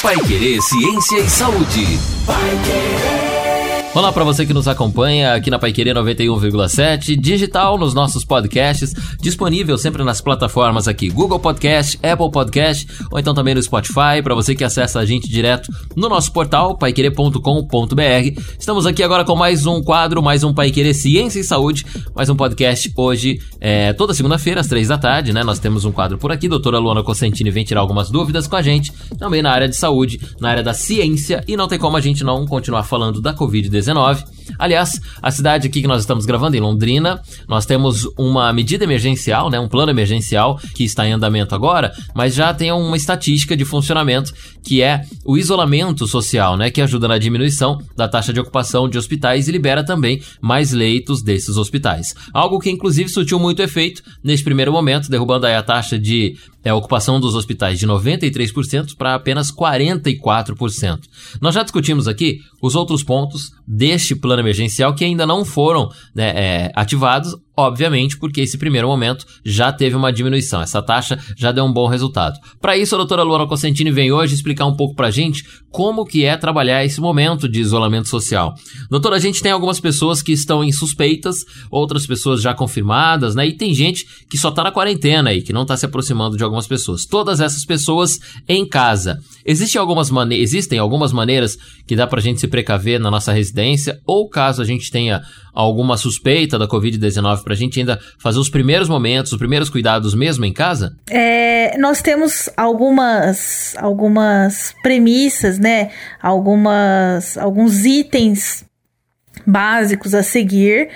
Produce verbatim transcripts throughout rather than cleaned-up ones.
Paiquerê Ciência e Saúde. Paiquerê. Olá para você que nos acompanha aqui na Paiquerê noventa e um vírgula sete, digital nos nossos podcasts, disponível sempre nas plataformas aqui, Google Podcast, Apple Podcast, ou então também no Spotify, para você que acessa a gente direto no nosso portal, paiquerê ponto com ponto b r. Estamos aqui agora com mais um quadro, mais um Paiquerê Ciência e Saúde, mais um podcast hoje, é, toda segunda-feira, às três da tarde, né? Nós temos um quadro por aqui, doutora Luana Cosentini vem tirar algumas dúvidas com a gente, também na área de saúde, na área da ciência, e não tem como a gente não continuar falando da covid dezenove. Aliás, a cidade aqui que nós estamos gravando, em Londrina, nós temos uma medida emergencial, né, um plano emergencial que está em andamento agora, mas já tem uma estatística de funcionamento que é o isolamento social, né, que ajuda na diminuição da taxa de ocupação de hospitais e libera também mais leitos desses hospitais. Algo que inclusive surtiu muito efeito neste primeiro momento, derrubando aí a taxa de É a ocupação dos hospitais de noventa e três por cento para apenas quarenta e quatro por cento. Nós já discutimos aqui os outros pontos deste plano emergencial que ainda não foram, né, é, ativados, obviamente, porque esse primeiro momento já teve uma diminuição. Essa taxa já deu um bom resultado. Para isso, a doutora Luana Cosentini vem hoje explicar um pouco para a gente como que é trabalhar esse momento de isolamento social. Doutora, a gente tem algumas pessoas que estão em suspeitas, outras pessoas já confirmadas, né? E tem gente que só está na quarentena aí, que não está se aproximando de algumas pessoas. Todas essas pessoas em casa. Existem algumas, mane- Existem algumas maneiras que dá para a gente se precaver na nossa residência, ou caso a gente tenha alguma suspeita da covid dezenove, para a gente ainda fazer os primeiros momentos, os primeiros cuidados mesmo em casa? É, nós temos algumas, algumas premissas, né? Algumas, alguns itens básicos a seguir,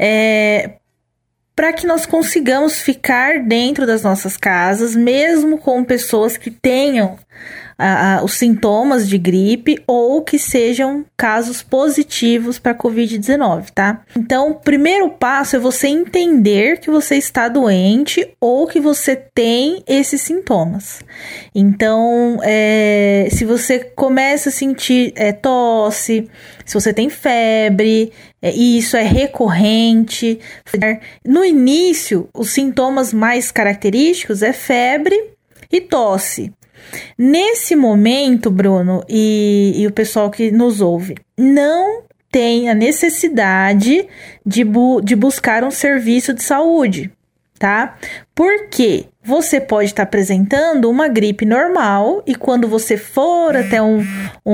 é, para que nós consigamos ficar dentro das nossas casas, mesmo com pessoas que tenham a, a, os sintomas de gripe ou que sejam casos positivos para covid dezenove, tá? Então, o primeiro passo é você entender que você está doente ou que você tem esses sintomas. Então, é, se você começa a sentir é, tosse, se você tem febre, é, e isso é recorrente. No início, os sintomas mais característicos é febre e tosse. Nesse momento, Bruno, e, e o pessoal que nos ouve, não tem a necessidade de, bu- de buscar um serviço de saúde, tá? Porque você pode estar apresentando uma gripe normal e quando você for até um,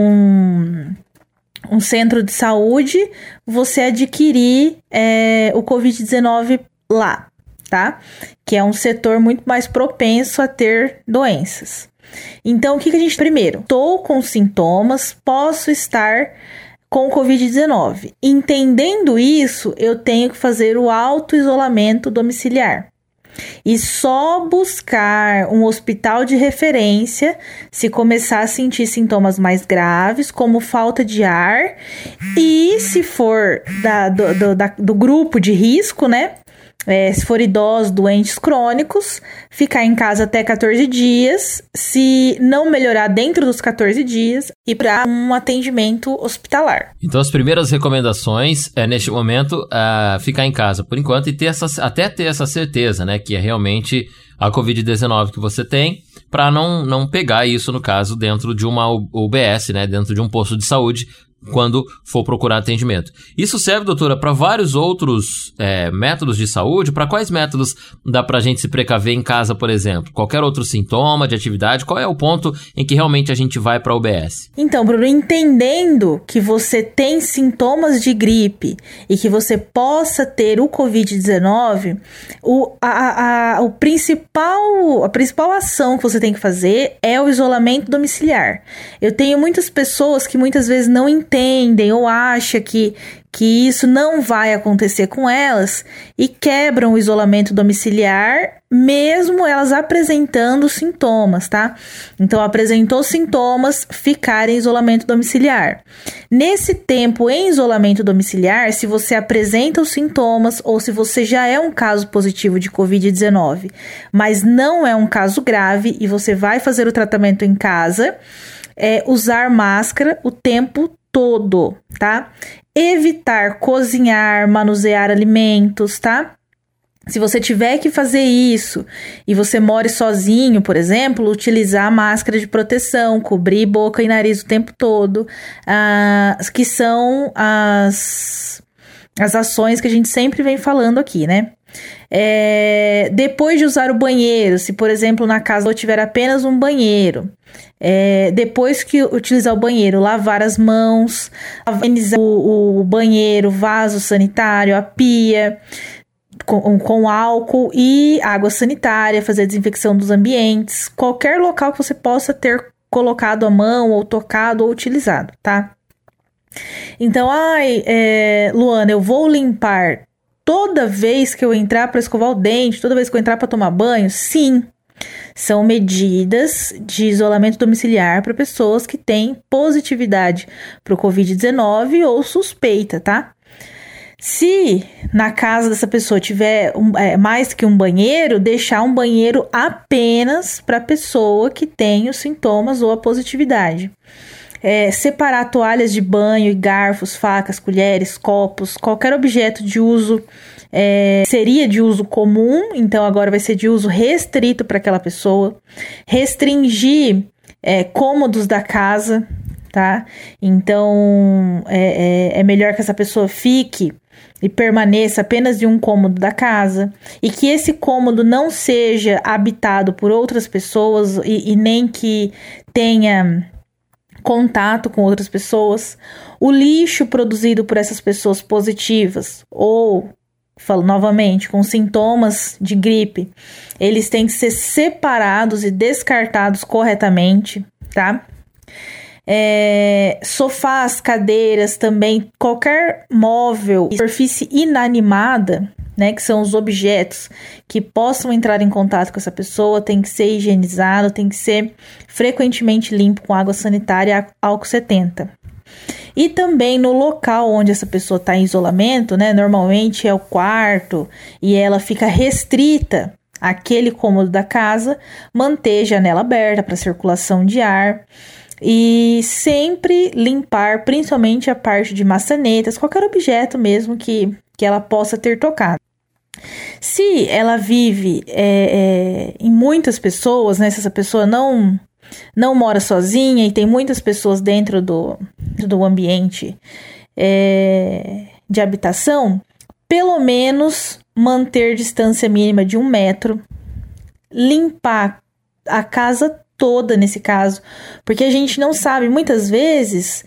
um, um centro de saúde, você adquirir é, o covid dezenove lá, tá? Que é um setor muito mais propenso a ter doenças. Então, o que, que a gente... Primeiro, estou com sintomas, posso estar com covid dezenove. Entendendo isso, eu tenho que fazer o auto-isolamento domiciliar. E só buscar um hospital de referência se começar a sentir sintomas mais graves, como falta de ar. E se for da, do, do, da, do grupo de risco, né? É, se for idosos, doentes crônicos, ficar em casa até catorze dias, se não melhorar dentro dos catorze dias, ir para um atendimento hospitalar. Então as primeiras recomendações é, neste momento, uh, ficar em casa por enquanto e ter essa, até ter essa certeza, né, que é realmente a covid dezenove que você tem, para não, não pegar isso, no caso, dentro de uma U B S, né, dentro de um posto de saúde, quando for procurar atendimento. Isso serve, doutora, para vários outros é, métodos de saúde? Para quais métodos dá para a gente se precaver em casa, por exemplo? Qualquer outro sintoma de atividade? Qual é o ponto em que realmente a gente vai para a U B S? Então, Bruno, entendendo que você tem sintomas de gripe e que você possa ter o covid dezenove, o, a, a, o principal, a principal ação que você tem que fazer é o isolamento domiciliar. Eu tenho muitas pessoas que muitas vezes não entendem entendem ou acham que, que isso não vai acontecer com elas e quebram o isolamento domiciliar, mesmo elas apresentando sintomas, tá? Então, apresentou sintomas, ficar em isolamento domiciliar. Nesse tempo em isolamento domiciliar, se você apresenta os sintomas ou se você já é um caso positivo de covid dezenove, mas não é um caso grave e você vai fazer o tratamento em casa, é usar máscara o tempo todo, tá? Evitar cozinhar, manusear alimentos, tá? Se você tiver que fazer isso e você more sozinho, por exemplo, utilizar máscara de proteção, cobrir boca e nariz o tempo todo, ah, que são as, as ações que a gente sempre vem falando aqui, né? É, depois de usar o banheiro, se por exemplo na casa tiver apenas um banheiro, é, depois que utilizar o banheiro, lavar as mãos, higienizar o, o banheiro, vaso sanitário, a pia, Com, com álcool e água sanitária, fazer a desinfecção dos ambientes, qualquer local que você possa ter colocado a mão, ou tocado, ou utilizado, tá? Então, ai, é, Luana, eu vou limpar toda vez que eu entrar para escovar o dente, toda vez que eu entrar para tomar banho? Sim, são medidas de isolamento domiciliar para pessoas que têm positividade para o covid dezenove ou suspeita, tá? Se na casa dessa pessoa tiver um, é, mais que um banheiro, deixar um banheiro apenas para a pessoa que tem os sintomas ou a positividade. É, separar toalhas de banho e garfos, facas, colheres, copos, qualquer objeto de uso é, seria de uso comum, então agora vai ser de uso restrito para aquela pessoa. Restringir é, cômodos da casa, tá? Então é, é, é melhor que essa pessoa fique e permaneça apenas de um cômodo da casa, e que esse cômodo não seja habitado por outras pessoas e, e nem que tenha contato com outras pessoas. O lixo produzido por essas pessoas positivas ou, falo novamente, com sintomas de gripe, eles têm que ser separados e descartados corretamente, tá? É, sofás, cadeiras também, qualquer móvel, superfície inanimada, né, que são os objetos que possam entrar em contato com essa pessoa, tem que ser higienizado, tem que ser frequentemente limpo com água sanitária e álcool setenta. E também no local onde essa pessoa está em isolamento, né, normalmente é o quarto e ela fica restrita àquele cômodo da casa, manter janela aberta para circulação de ar. E sempre limpar, principalmente a parte de maçanetas, qualquer objeto mesmo que, que ela possa ter tocado. Se ela vive é, é, em muitas pessoas, né, se essa pessoa não, não mora sozinha e tem muitas pessoas dentro do, do ambiente é, de habitação, pelo menos manter distância mínima de um metro, limpar a casa toda nesse caso, porque a gente não sabe, muitas vezes,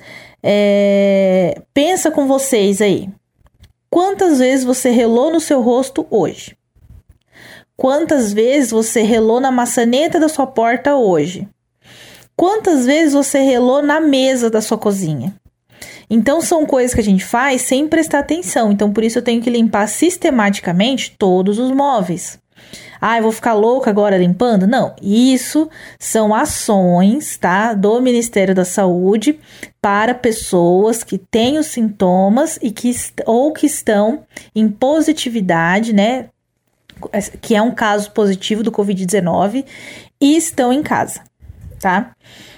é, pensa com vocês aí, quantas vezes você relou no seu rosto hoje? Quantas vezes você relou na maçaneta da sua porta hoje? Quantas vezes você relou na mesa da sua cozinha? Então, são coisas que a gente faz sem prestar atenção, então por isso eu tenho que limpar sistematicamente todos os móveis. Ah, eu vou ficar louca agora limpando? Não, isso são ações, tá, do Ministério da Saúde para pessoas que têm os sintomas e que, ou que estão em positividade, né, que é um caso positivo do covid dezenove e estão em casa, tá?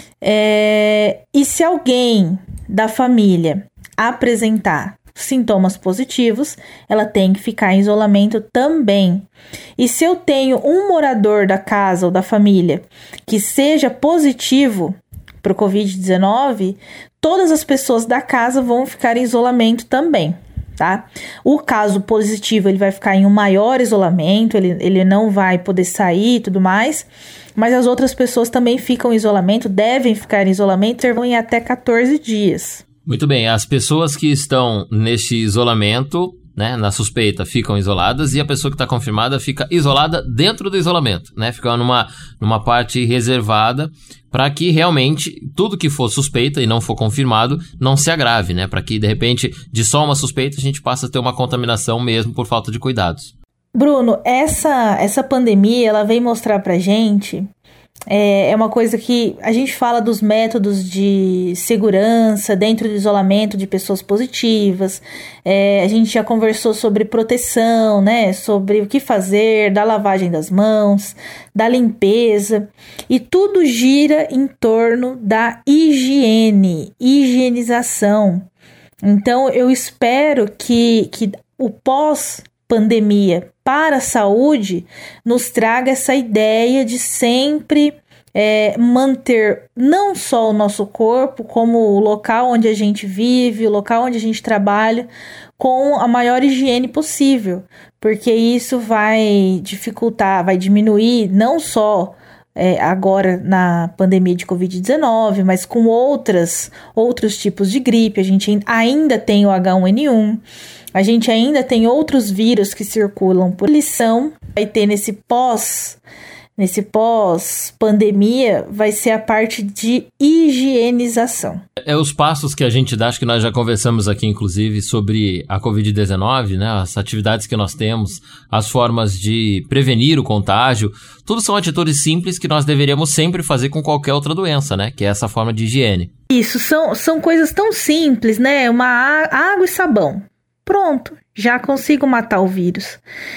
É, e se alguém da família apresentar sintomas positivos, ela tem que ficar em isolamento também. E se eu tenho um morador da casa ou da família que seja positivo para o covid dezenove, todas as pessoas da casa vão ficar em isolamento também, tá? O caso positivo, ele vai ficar em um maior isolamento, ele, ele não vai poder sair e tudo mais, mas as outras pessoas também ficam em isolamento, devem ficar em isolamento em até quatorze dias. Muito bem, as pessoas que estão neste isolamento, né, na suspeita, ficam isoladas, e a pessoa que está confirmada fica isolada dentro do isolamento, né, fica numa, numa parte reservada para que realmente tudo que for suspeita e não for confirmado não se agrave, né, para que de repente de só uma suspeita a gente passe a ter uma contaminação mesmo por falta de cuidados. Bruno, essa, essa pandemia, ela vem mostrar pra gente, é, é uma coisa que a gente fala dos métodos de segurança dentro do isolamento de pessoas positivas, é, a gente já conversou sobre proteção, né, sobre o que fazer, da lavagem das mãos, da limpeza, e tudo gira em torno da higiene, higienização. Então, eu espero que, que o pós pandemia para a saúde nos traga essa ideia de sempre é, manter não só o nosso corpo, como o local onde a gente vive, o local onde a gente trabalha, com a maior higiene possível, porque isso vai dificultar, vai diminuir não só É, agora na pandemia de covid dezenove, mas com outras, outros tipos de gripe. A gente ainda tem o agá um ene um, a gente ainda tem outros vírus que circulam por lição. Vai ter nesse pós, nesse pós-pandemia, vai ser a parte de higienização. É os passos que a gente dá, acho que nós já conversamos aqui, inclusive, sobre a covid dezenove, né? As atividades que nós temos, as formas de prevenir o contágio, tudo são atitudes simples que nós deveríamos sempre fazer com qualquer outra doença, né? Que é essa forma de higiene. Isso, são, são coisas tão simples, né? Uma água e sabão. Pronto, já consigo matar o vírus.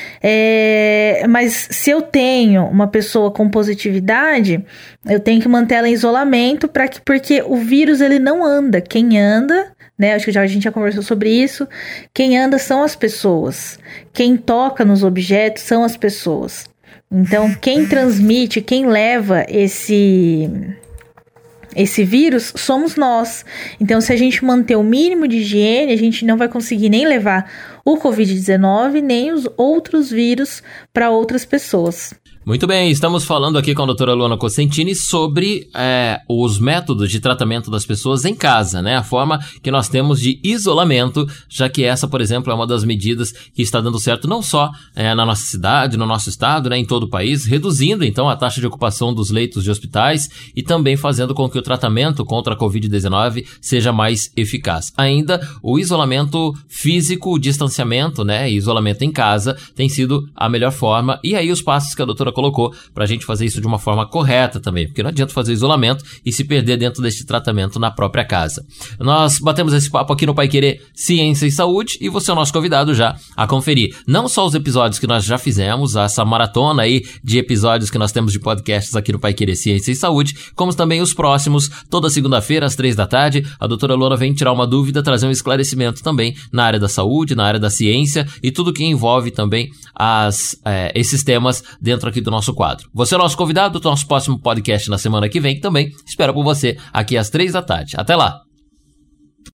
É, mas se eu tenho uma pessoa com positividade, eu tenho que manter ela em isolamento, pra que, porque o vírus ele não anda. Quem anda, né? Acho que já, a gente já conversou sobre isso. Quem anda são as pessoas. Quem toca nos objetos são as pessoas. Então, quem transmite, quem leva esse... Esse vírus somos nós. Então, se a gente manter o mínimo de higiene, a gente não vai conseguir nem levar o covid dezenove, nem os outros vírus para outras pessoas. Muito bem, estamos falando aqui com a doutora Luana Cosentini sobre é, os métodos de tratamento das pessoas em casa, né? A forma que nós temos de isolamento, já que essa, por exemplo, é uma das medidas que está dando certo não só é, na nossa cidade, no nosso estado, né, em todo o país, reduzindo então a taxa de ocupação dos leitos de hospitais e também fazendo com que o tratamento contra a covid dezenove seja mais eficaz. Ainda o isolamento físico, o distanciamento, né, e isolamento em casa tem sido a melhor forma, e aí os passos que a doutora colocou para a gente fazer isso de uma forma correta também, porque não adianta fazer isolamento e se perder dentro deste tratamento na própria casa. Nós batemos esse papo aqui no Paiquerê Ciência e Saúde e você é o nosso convidado já a conferir não só os episódios que nós já fizemos, essa maratona aí de episódios que nós temos de podcasts aqui no Paiquerê Ciência e Saúde, como também os próximos, toda segunda-feira às três da tarde, a doutora Luana vem tirar uma dúvida, trazer um esclarecimento também na área da saúde, na área da ciência e tudo que envolve também as, é, esses temas dentro aqui do nosso quadro. Você é o nosso convidado do nosso próximo podcast na semana que vem, que também espera por você aqui às três da tarde. Até lá!